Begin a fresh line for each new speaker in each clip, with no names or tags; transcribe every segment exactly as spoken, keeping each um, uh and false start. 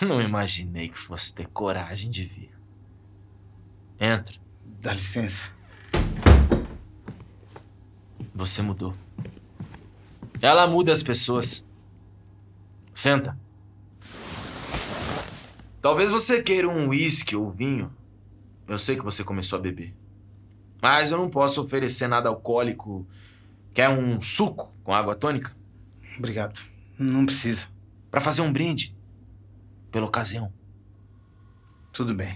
Não imaginei que fosse ter coragem de vir. Entra.
Dá licença.
Você mudou. Ela muda as pessoas. Senta. Talvez você queira um uísque ou vinho. Eu sei que você começou a beber. Mas eu não posso oferecer nada alcoólico. Quer um suco com água tônica?
Obrigado. Não precisa.
Pra fazer um brinde. Pela ocasião.
Tudo bem.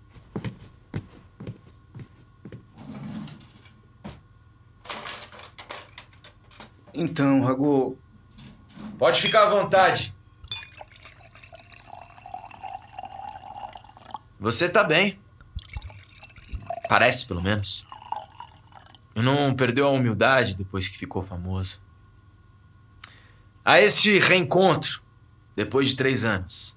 Então, Rago...
Pode ficar à vontade. Você tá bem. Parece, pelo menos. E não perdeu a humildade depois que ficou famoso. A este reencontro, depois de três anos.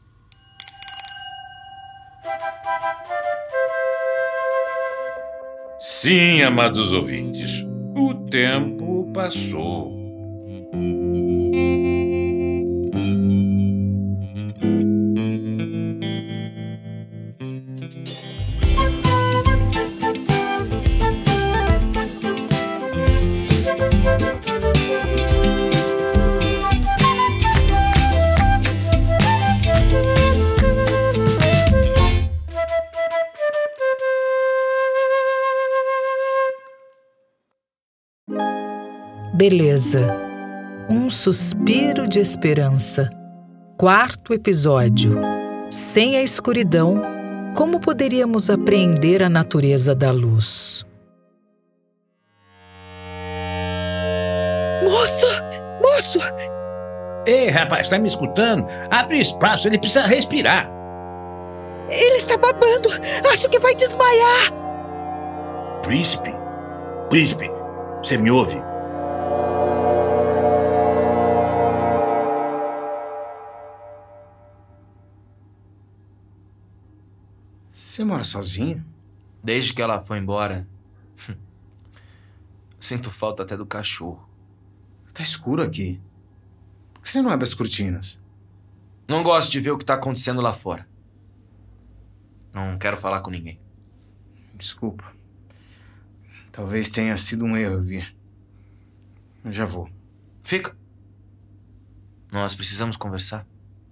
Sim, amados ouvintes, o tempo passou.
Beleza. Um suspiro de esperança. Quarto episódio. Sem a escuridão, como poderíamos apreender a natureza da luz?
Moço! Moço!
Ei, rapaz, tá me escutando? Abre espaço, ele precisa respirar.
Ele está babando! Acho que vai desmaiar!
Príncipe? Príncipe, você me ouve?
Você mora sozinho?
Desde que ela foi embora, sinto falta até do cachorro.
Tá escuro aqui. Por que você não abre as cortinas?
Não gosto de ver o que tá acontecendo lá fora. Não quero falar com ninguém.
Desculpa. Talvez tenha sido um erro vir. Eu já vou.
Fica. Nós precisamos conversar.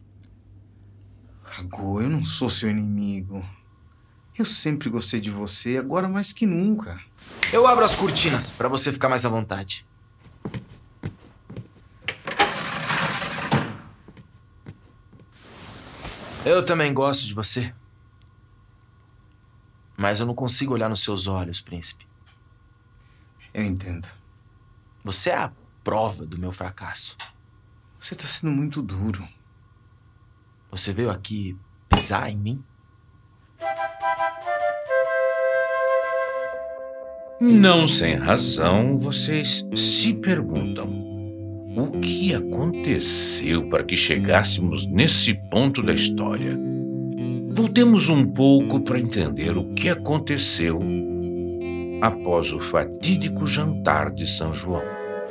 Rago, eu não sou seu inimigo. Eu sempre gostei de você, agora mais que nunca.
Eu abro as cortinas pra você ficar mais à vontade. Eu também gosto de você. Mas eu não consigo olhar nos seus olhos, príncipe.
Eu entendo.
Você é a prova do meu fracasso.
Você tá sendo muito duro.
Você veio aqui pisar em mim?
Não sem razão, vocês se perguntam: o que aconteceu para que chegássemos nesse ponto da história? Voltemos um pouco para entender o que aconteceu após o fatídico jantar de São João.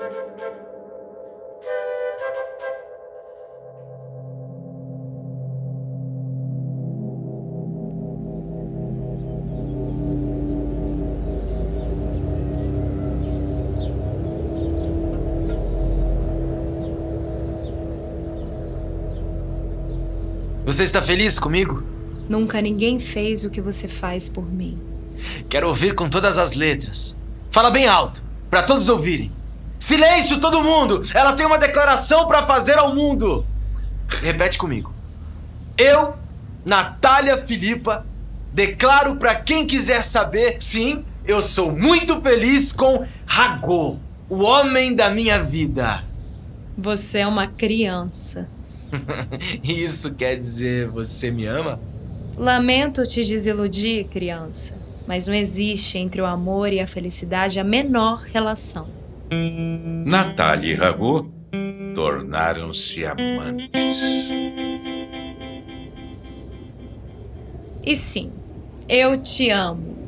Você está feliz comigo?
Nunca ninguém fez o que você faz por mim.
Quero ouvir com todas as letras. Fala bem alto, para todos ouvirem. Silêncio, todo mundo! Ela tem uma declaração para fazer ao mundo. Repete comigo. Eu, Natália Filipa, declaro para quem quiser saber, sim, eu sou muito feliz com Rago, o homem da minha vida.
Você é uma criança.
Isso quer dizer você me ama?
Lamento te desiludir, criança, mas não existe entre o amor e a felicidade a menor relação.
Natália e Rago tornaram-se amantes.
E sim, eu te amo.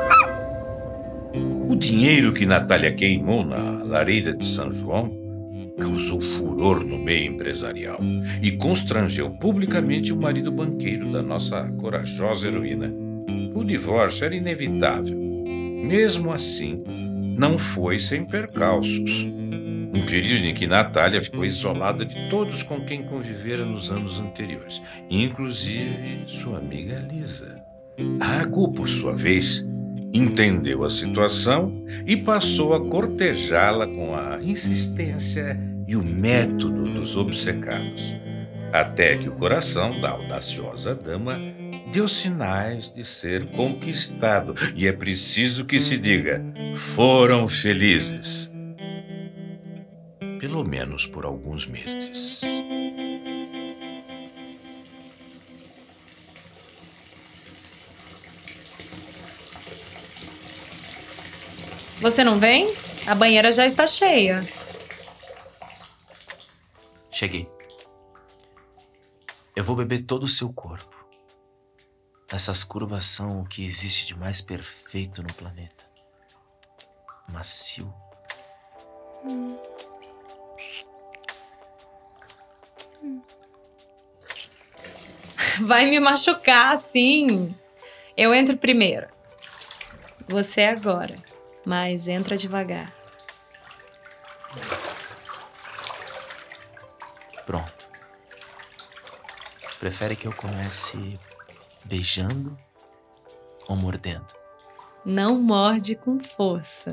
O dinheiro que Natália queimou na lareira de São João causou furor no meio empresarial e constrangeu publicamente o marido banqueiro da nossa corajosa heroína. O divórcio era inevitável. Mesmo assim, não foi sem percalços. Um período em que Natália ficou isolada de todos com quem convivera nos anos anteriores, inclusive sua amiga Lisa. Ragu, por sua vez, entendeu a situação e passou a cortejá-la com a insistência e o método dos obcecados, até que o coração da audaciosa dama deu sinais de ser conquistado. E é preciso que se diga, foram felizes. Pelo menos por alguns meses.
Você não vem? A banheira já está cheia.
Cheguei. Eu vou beber todo o seu corpo. Essas curvas são o que existe de mais perfeito no planeta. Macio.
Hum. Vai me machucar, sim. Eu entro primeiro. Você agora. Mas entra devagar.
Pronto. Prefere que eu comece beijando ou mordendo?
Não morde com força.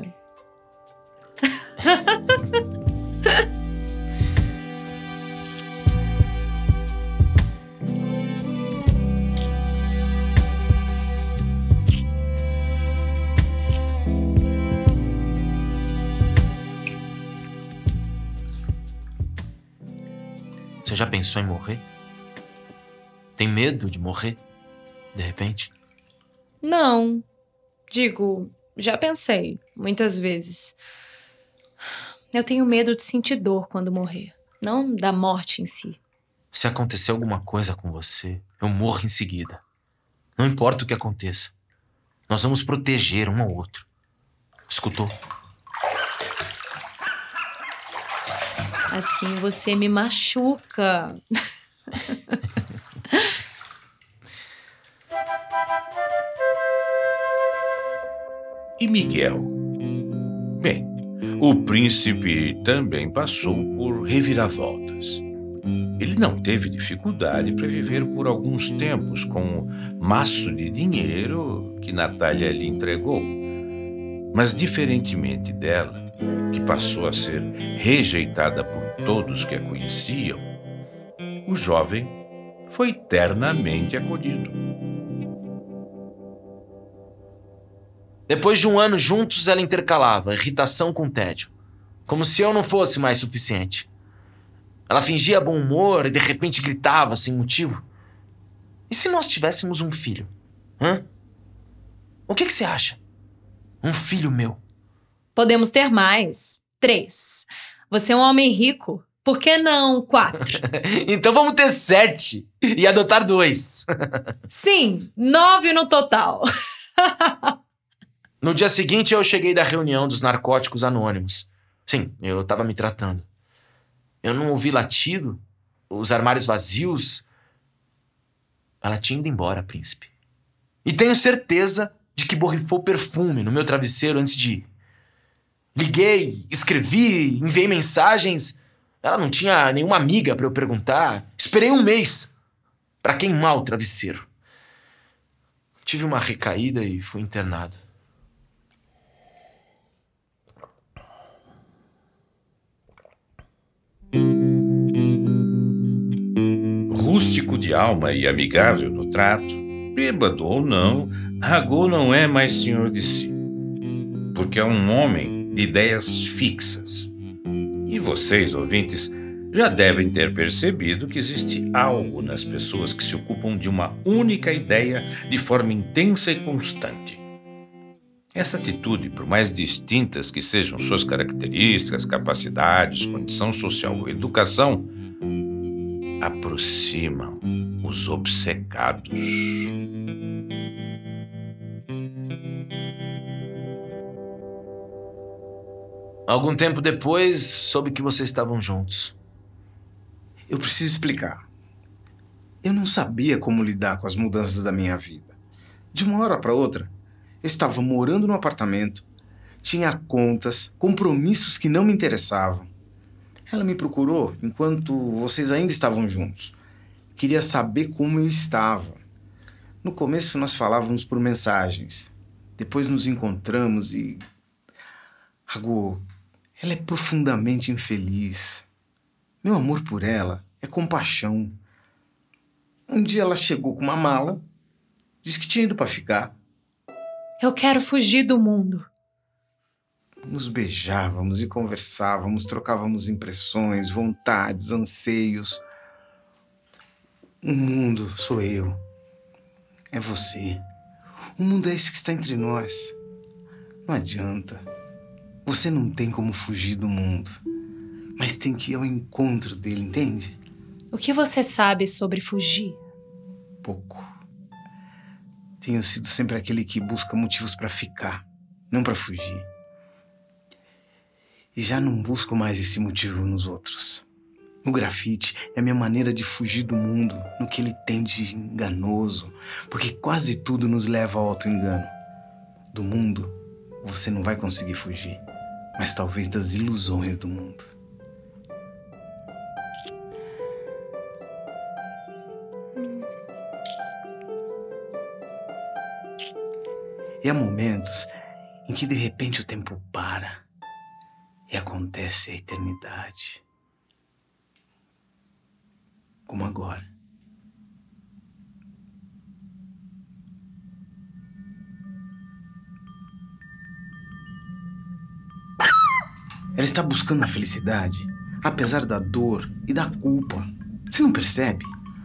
Você já pensou em morrer? Tem medo de morrer, de repente?
Não. Digo, já pensei, muitas vezes. Eu tenho medo de sentir dor quando morrer, não da morte em si.
Se acontecer alguma coisa com você, eu morro em seguida. Não importa o que aconteça. Nós vamos proteger um ao outro. Escutou?
Assim você me machuca.
E Miguel? Bem, o príncipe também passou por reviravoltas. Ele não teve dificuldade para viver por alguns tempos com o maço de dinheiro que Natália lhe entregou. Mas, diferentemente dela, que passou a ser rejeitada por todos que a conheciam, o jovem foi ternamente acolhido.
Depois de um ano juntos, ela intercalava irritação com tédio, como se eu não fosse mais suficiente. Ela fingia bom humor e de repente gritava sem motivo. E se nós tivéssemos um filho? Hã? O que que você acha? Um filho meu.
Podemos ter mais. Três. Você é um homem rico. Por que não quatro?
Então vamos ter sete e adotar dois.
Sim, nove no total.
No dia seguinte, eu cheguei da reunião dos narcóticos anônimos. Sim, eu tava me tratando. Eu não ouvi latido, os armários vazios. Ela tinha ido embora, príncipe. E tenho certeza de que borrifou perfume no meu travesseiro antes de ir. Liguei, escrevi, enviei mensagens. Ela não tinha nenhuma amiga pra eu perguntar. Esperei um mês pra queimar o travesseiro. Tive uma recaída e fui internado.
Rústico de alma e amigável no trato, bêbado ou não, Ragu não é mais senhor de si, porque é um homem de ideias fixas. E vocês, ouvintes, já devem ter percebido que existe algo nas pessoas que se ocupam de uma única ideia de forma intensa e constante. Essa atitude, por mais distintas que sejam suas características, capacidades, condição social ou educação, aproximam os obcecados.
Algum tempo depois, soube que vocês estavam juntos.
Eu preciso explicar. Eu não sabia como lidar com as mudanças da minha vida. De uma hora para outra, eu estava morando no apartamento, tinha contas, compromissos que não me interessavam. Ela me procurou enquanto vocês ainda estavam juntos. Queria saber como eu estava. No começo nós falávamos por mensagens. Depois nos encontramos e... Ragô, ela é profundamente infeliz. Meu amor por ela é compaixão. Um dia ela chegou com uma mala, disse que tinha ido para ficar.
Eu quero fugir do mundo.
Nos beijávamos e conversávamos, trocávamos impressões, vontades, anseios. O mundo sou eu. É você. O mundo é isso que está entre nós. Não adianta. Você não tem como fugir do mundo. Mas tem que ir ao encontro dele, entende?
O que você sabe sobre fugir?
Pouco. Tenho sido sempre aquele que busca motivos para ficar, não para fugir. E já não busco mais esse motivo nos outros. O grafite é a minha maneira de fugir do mundo, no que ele tem de enganoso, porque quase tudo nos leva ao auto-engano. Do mundo, você não vai conseguir fugir, mas talvez das ilusões do mundo. E há momentos em que de repente o tempo para e acontece a eternidade. Como agora. Ela está buscando a felicidade, apesar da dor e da culpa. Você não percebe?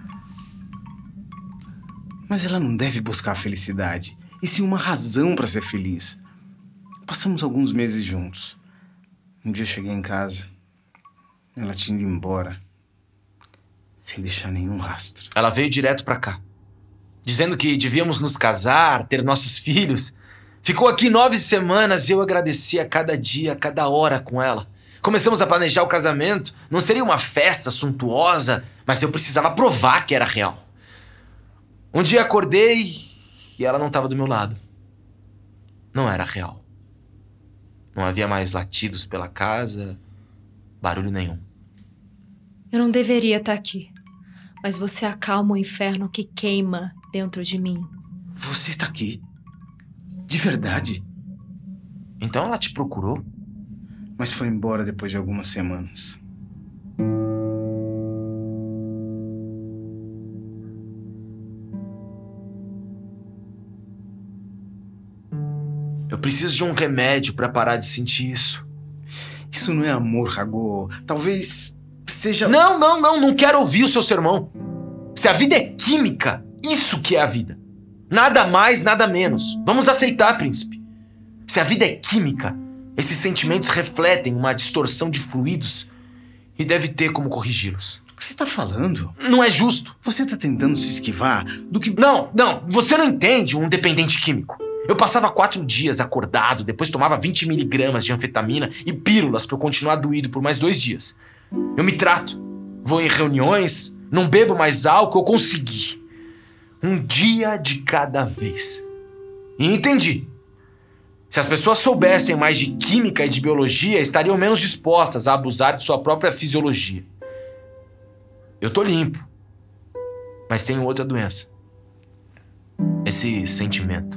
Mas ela não deve buscar a felicidade, e sim uma razão para ser feliz. Passamos alguns meses juntos. Um dia eu cheguei em casa, ela tinha ido embora, sem deixar nenhum rastro.
Ela veio direto pra cá, dizendo que devíamos nos casar, ter nossos filhos. Ficou aqui nove semanas e eu agradecia cada dia, cada hora com ela. Começamos a planejar o casamento. Não seria uma festa suntuosa, mas eu precisava provar que era real. Um dia acordei e ela não estava do meu lado. Não era real. Não havia mais latidos pela casa, barulho nenhum.
Eu não deveria estar aqui, mas você acalma o inferno que queima dentro de mim.
Você está aqui? De verdade?
Então ela te procurou?
Mas foi embora depois de algumas semanas.
Eu preciso de um remédio pra parar de sentir isso.
Isso não é amor, Ragô. Talvez seja...
Não, não, não, não quero ouvir o seu sermão. Se a vida é química, isso que é a vida. Nada mais, nada menos. Vamos aceitar, príncipe. Se a vida é química, esses sentimentos refletem uma distorção de fluidos e deve ter como corrigi-los.
O que você está falando?
Não é justo.
Você está tentando se esquivar do que...
Não, não, você não entende um dependente químico. Eu passava quatro dias acordado, depois tomava vinte miligramas de anfetamina e pílulas para eu continuar doído por mais dois dias. Eu me trato, vou em reuniões, não bebo mais álcool, eu consegui. Um dia de cada vez. E entendi. Se as pessoas soubessem mais de química e de biologia, estariam menos dispostas a abusar de sua própria fisiologia. Eu tô limpo, mas tenho outra doença. Esse sentimento.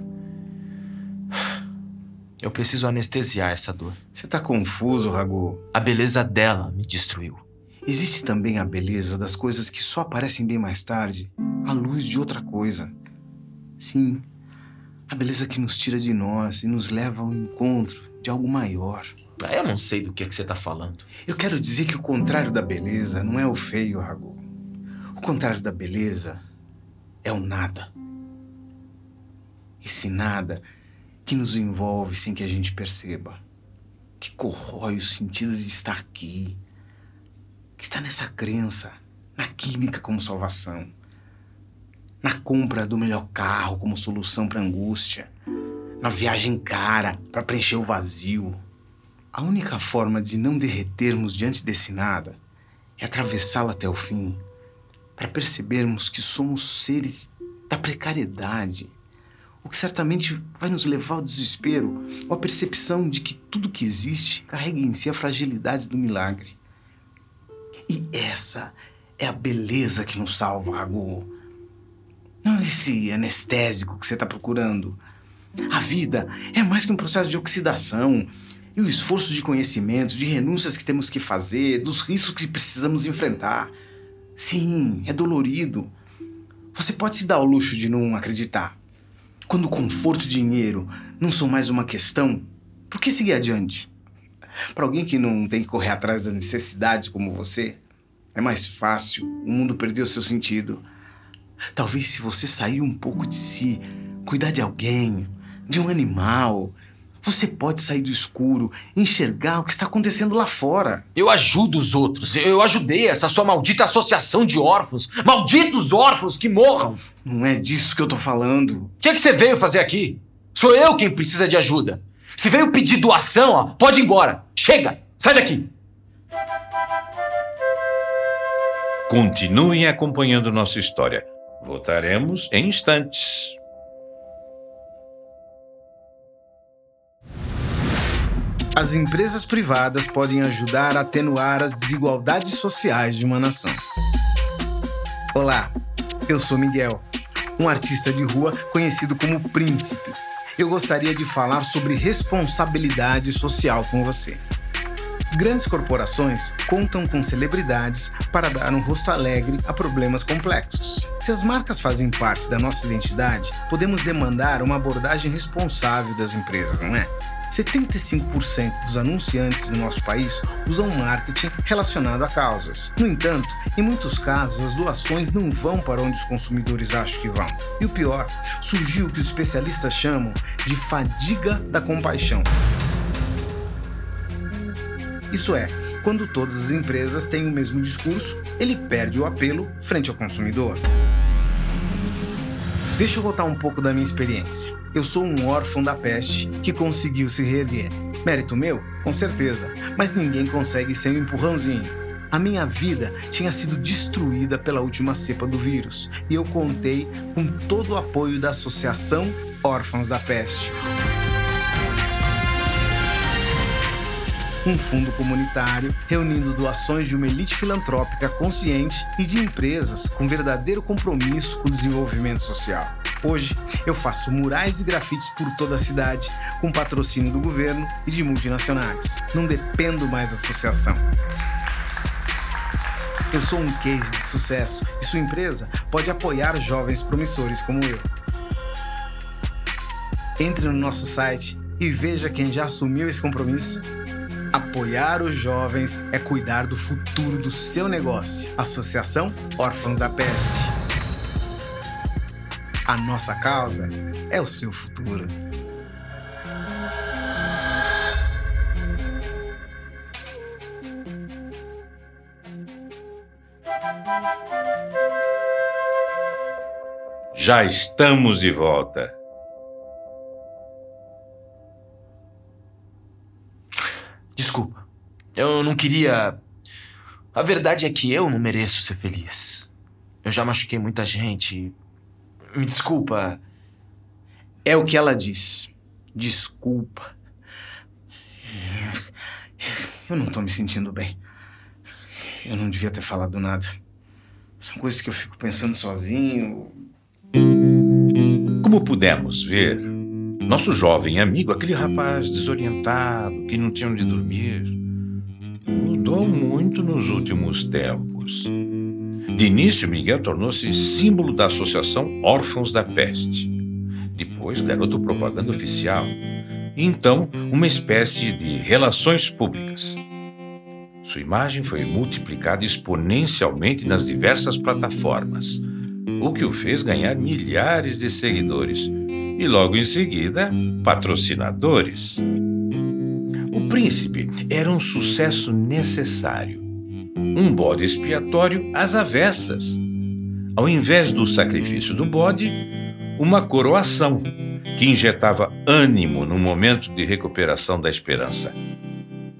Eu preciso anestesiar essa dor.
Você tá confuso, Ragô.
A beleza dela me destruiu.
Existe também a beleza das coisas que só aparecem bem mais tarde, à luz de outra coisa. Sim, a beleza que nos tira de nós e nos leva ao encontro de algo maior.
Ah, eu não sei do que, é que você tá falando.
Eu quero dizer que o contrário da beleza não é o feio, Ragô. O contrário da beleza é o nada. Esse nada que nos envolve sem que a gente perceba, que corrói os sentidos de estar aqui, que está nessa crença, na química como salvação, na compra do melhor carro como solução para a angústia, na viagem cara para preencher o vazio. A única forma de não derretermos diante desse nada é atravessá-lo até o fim, para percebermos que somos seres da precariedade, o que certamente vai nos levar ao desespero ou à percepção de que tudo que existe carrega em si a fragilidade do milagre. E essa é a beleza que nos salva, Ragu. Não esse anestésico que você está procurando. A vida é mais que um processo de oxidação e o esforço de conhecimento, de renúncias que temos que fazer, dos riscos que precisamos enfrentar. Sim, é dolorido. Você pode se dar ao luxo de não acreditar. Quando conforto e dinheiro não são mais uma questão, por que seguir adiante? Para alguém que não tem que correr atrás das necessidades como você, é mais fácil, o mundo perdeu seu sentido. Talvez se você sair um pouco de si, cuidar de alguém, de um animal, você pode sair do escuro, enxergar o que está acontecendo lá fora.
Eu ajudo os outros. Eu ajudei essa sua maldita associação de órfãos. Malditos órfãos que morram.
Não é disso que eu tô falando.
O que é que você veio fazer aqui? Sou eu quem precisa de ajuda. Se veio pedir doação, ó, pode ir embora. Chega, sai daqui.
Continuem acompanhando nossa história. Voltaremos em instantes.
As empresas privadas podem ajudar a atenuar as desigualdades sociais de uma nação. Olá, eu sou Miguel, um artista de rua conhecido como Príncipe. Eu gostaria de falar sobre responsabilidade social com você. Grandes corporações contam com celebridades para dar um rosto alegre a problemas complexos. Se as marcas fazem parte da nossa identidade, podemos demandar uma abordagem responsável das empresas, não é? setenta e cinco por cento dos anunciantes do nosso país usam marketing relacionado a causas. No entanto, em muitos casos, as doações não vão para onde os consumidores acham que vão. E o pior, surgiu o que os especialistas chamam de fadiga da compaixão. Isso é, quando todas as empresas têm o mesmo discurso, ele perde o apelo frente ao consumidor. Deixa eu contar um pouco da minha experiência. Eu sou um órfão da peste que conseguiu se reerguer. Mérito meu? Com certeza. Mas ninguém consegue sem um empurrãozinho. A minha vida tinha sido destruída pela última cepa do vírus. E eu contei com todo o apoio da Associação Órfãos da Peste. Um fundo comunitário reunindo doações de uma elite filantrópica consciente e de empresas com verdadeiro compromisso com o desenvolvimento social. Hoje, eu faço murais e grafites por toda a cidade, com patrocínio do governo e de multinacionais. Não dependo mais da associação. Eu sou um case de sucesso e sua empresa pode apoiar jovens promissores como eu. Entre no nosso site e veja quem já assumiu esse compromisso. Apoiar os jovens é cuidar do futuro do seu negócio. Associação Órfãos da Peste. A nossa causa é o seu futuro.
Já estamos de volta.
Desculpa. Eu não queria... A verdade é que eu não mereço ser feliz. Eu já machuquei muita gente. Me desculpa.
É o que ela diz. Desculpa. Eu não tô me sentindo bem. Eu não devia ter falado nada. São coisas que eu fico pensando sozinho.
Como pudemos ver, nosso jovem amigo, aquele rapaz desorientado, que não tinha onde dormir, mudou muito nos últimos tempos. De início, Miguel tornou-se símbolo da Associação Órfãos da Peste. Depois, garoto propaganda oficial. E então, uma espécie de relações públicas. Sua imagem foi multiplicada exponencialmente nas diversas plataformas, o que o fez ganhar milhares de seguidores e, logo em seguida, patrocinadores. O Príncipe era um sucesso necessário. Um bode expiatório às avessas. Ao invés do sacrifício do bode, uma coroação que injetava ânimo no momento de recuperação da esperança.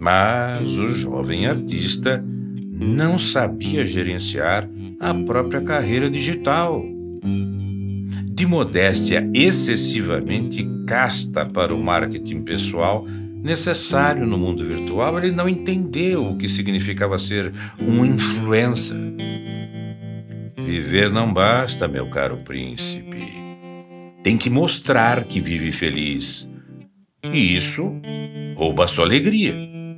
Mas o jovem artista não sabia gerenciar a própria carreira digital. De modéstia excessivamente casta para o marketing pessoal necessário no mundo virtual, ele não entendeu o que significava ser um influencer. Viver não basta, meu caro príncipe. Tem que mostrar que vive feliz. E isso rouba a sua alegria.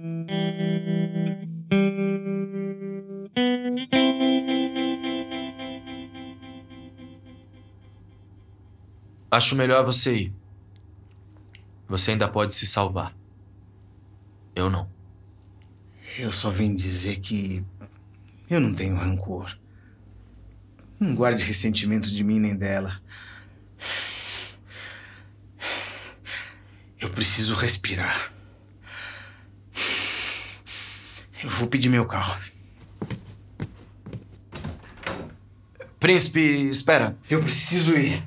Acho melhor você ir. Você ainda pode se salvar. Eu não.
Eu só vim dizer que eu não tenho rancor. Não guarde ressentimento de mim nem dela. Eu preciso respirar. Eu vou pedir meu carro.
Príncipe, espera.
Eu preciso ir.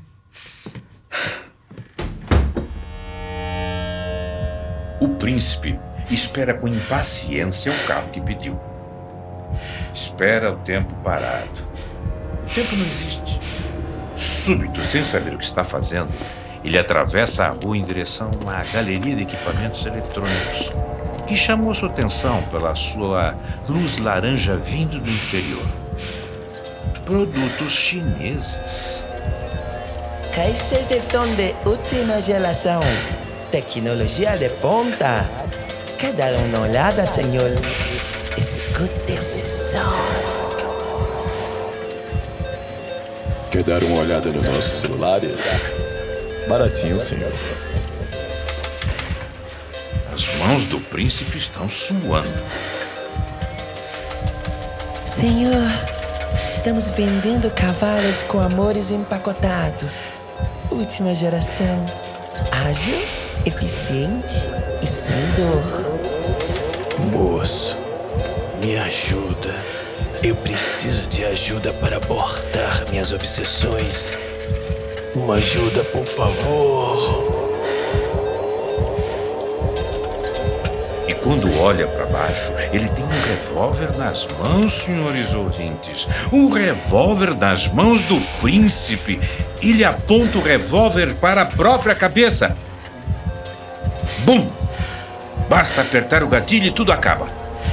O príncipe espera com impaciência o carro que pediu. Espera o tempo parado. O tempo não existe. Súbito, sem saber o que está fazendo, ele atravessa a rua em direção à galeria de equipamentos eletrônicos, que chamou sua atenção pela sua luz laranja vindo do interior. Produtos chineses.
Caixas de som de última geração. Tecnologia de ponta. Quer dar uma olhada, senhor? Escute esse som.
Quer dar uma olhada nos nossos celulares? Baratinho, senhor.
As mãos do príncipe estão suando.
Senhor, estamos vendendo cavalos com amores empacotados. Última geração. Ágil, eficiente e sem dor.
Moço, me ajuda. Eu preciso de ajuda para abortar minhas obsessões. Uma ajuda, por favor.
E quando olha para baixo, ele tem um revólver nas mãos, senhores ouvintes. Um revólver nas mãos do príncipe. Ele aponta o revólver para a própria cabeça. Bum! Basta apertar o gatilho e tudo acaba.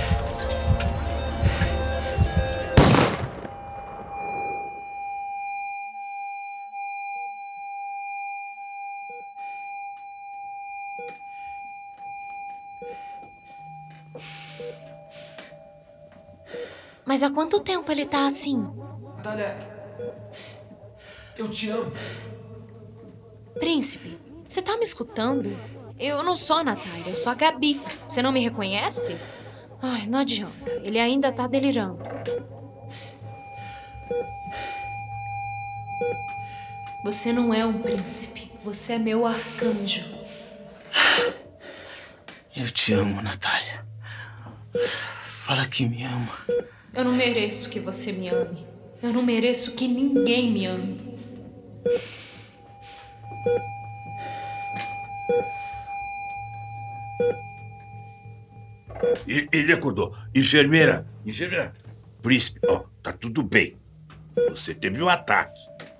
Mas há quanto tempo ele tá assim?
Natália, eu te amo.
Príncipe, você tá me escutando? Eu não sou a Natália, eu sou a Gabi. Você não me reconhece? Ai, não adianta. Ele ainda tá delirando. Você não é um príncipe. Você é meu arcanjo.
Eu te amo, Natália. Fala que me ama.
Eu não mereço que você me ame. Eu não mereço que ninguém me ame.
E- Ele acordou. Enfermeira, enfermeira. Príncipe, ó, tá tudo bem. Você teve um ataque.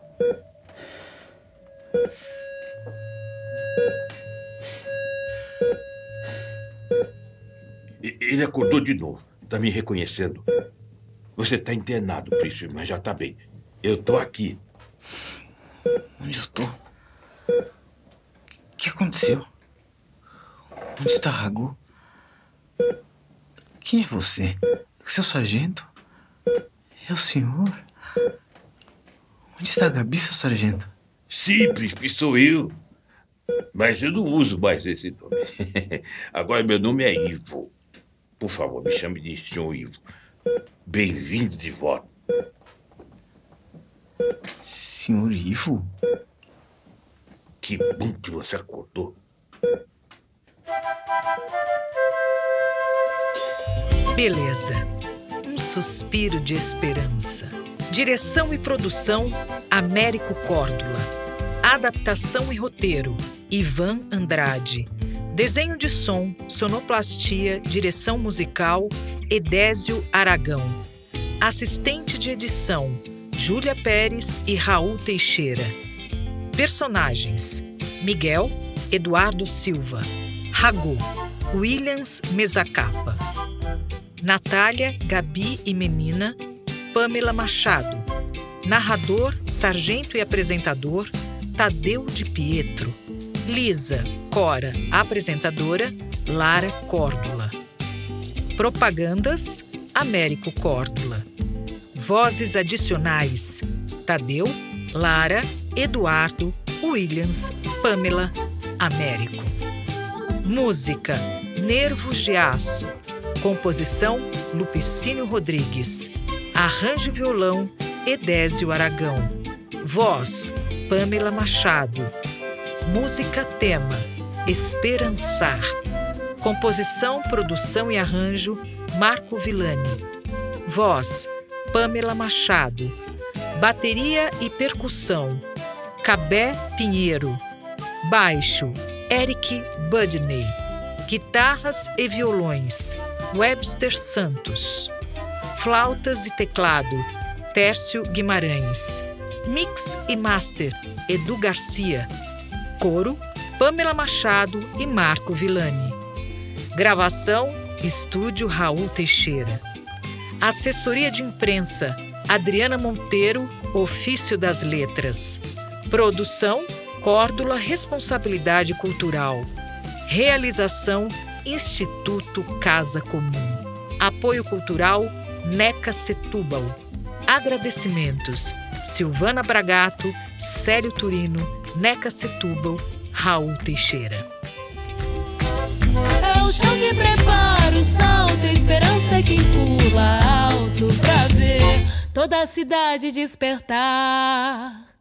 E- Ele acordou de novo. Tá me reconhecendo. Você tá internado, príncipe, mas já tá bem. Eu tô aqui.
Onde eu tô? O que aconteceu? Onde está Ragu? Quem é você? Seu sargento? É o senhor? Onde está a Gabi, seu sargento?
Sim, príncipe, sou eu. Mas eu não uso mais esse nome. Agora meu nome é Ivo. Por favor, me chame de senhor Ivo. Bem-vindo de volta.
Senhor Ivo?
Que bom que você acordou.
Beleza. Um suspiro de esperança. Direção e produção, Américo Córdula. Adaptação e roteiro, Ivan Andrade. Desenho de som, sonoplastia, direção musical, Edésio Aragão. Assistente de edição, Júlia Pérez e Raul Teixeira. Personagens: Miguel, Eduardo Silva. Ragô, Williams Mezacapa. Natália, Gabi e Menina, Pamela Machado. Narrador, sargento e apresentador, Tadeu de Pietro. Lisa, Cora, apresentadora, Lara Córdula. Propagandas, Américo Córdula. Vozes adicionais, Tadeu, Lara, Eduardo, Williams, Pamela, Américo. Música, Nervos de Aço. Composição, Lupicínio Rodrigues. Arranjo e violão, Edésio Aragão. Voz, Pamela Machado. Música tema, Esperançar. Composição, produção e arranjo, Marco Villani. Voz, Pamela Machado. Bateria e percussão, Cabé Pinheiro. Baixo, Eric Budney. Guitarras e violões, Webster Santos. Flautas e teclado, Tércio Guimarães. Mix e master, Edu Garcia. Coro, Pamela Machado e Marco Villani. Gravação, Estúdio Raul Teixeira. Assessoria de imprensa, Adriana Monteiro, Ofício das Letras. Produção, Córdula Responsabilidade Cultural. Realização, Instituto Casa Comum. Apoio cultural, Neca Setúbal. Agradecimentos, Silvana Bragato, Célio Turino, Neca Setúbal, Raul Teixeira.
É o chão que prepara o salto, a esperança que pula alto pra ver toda a cidade despertar.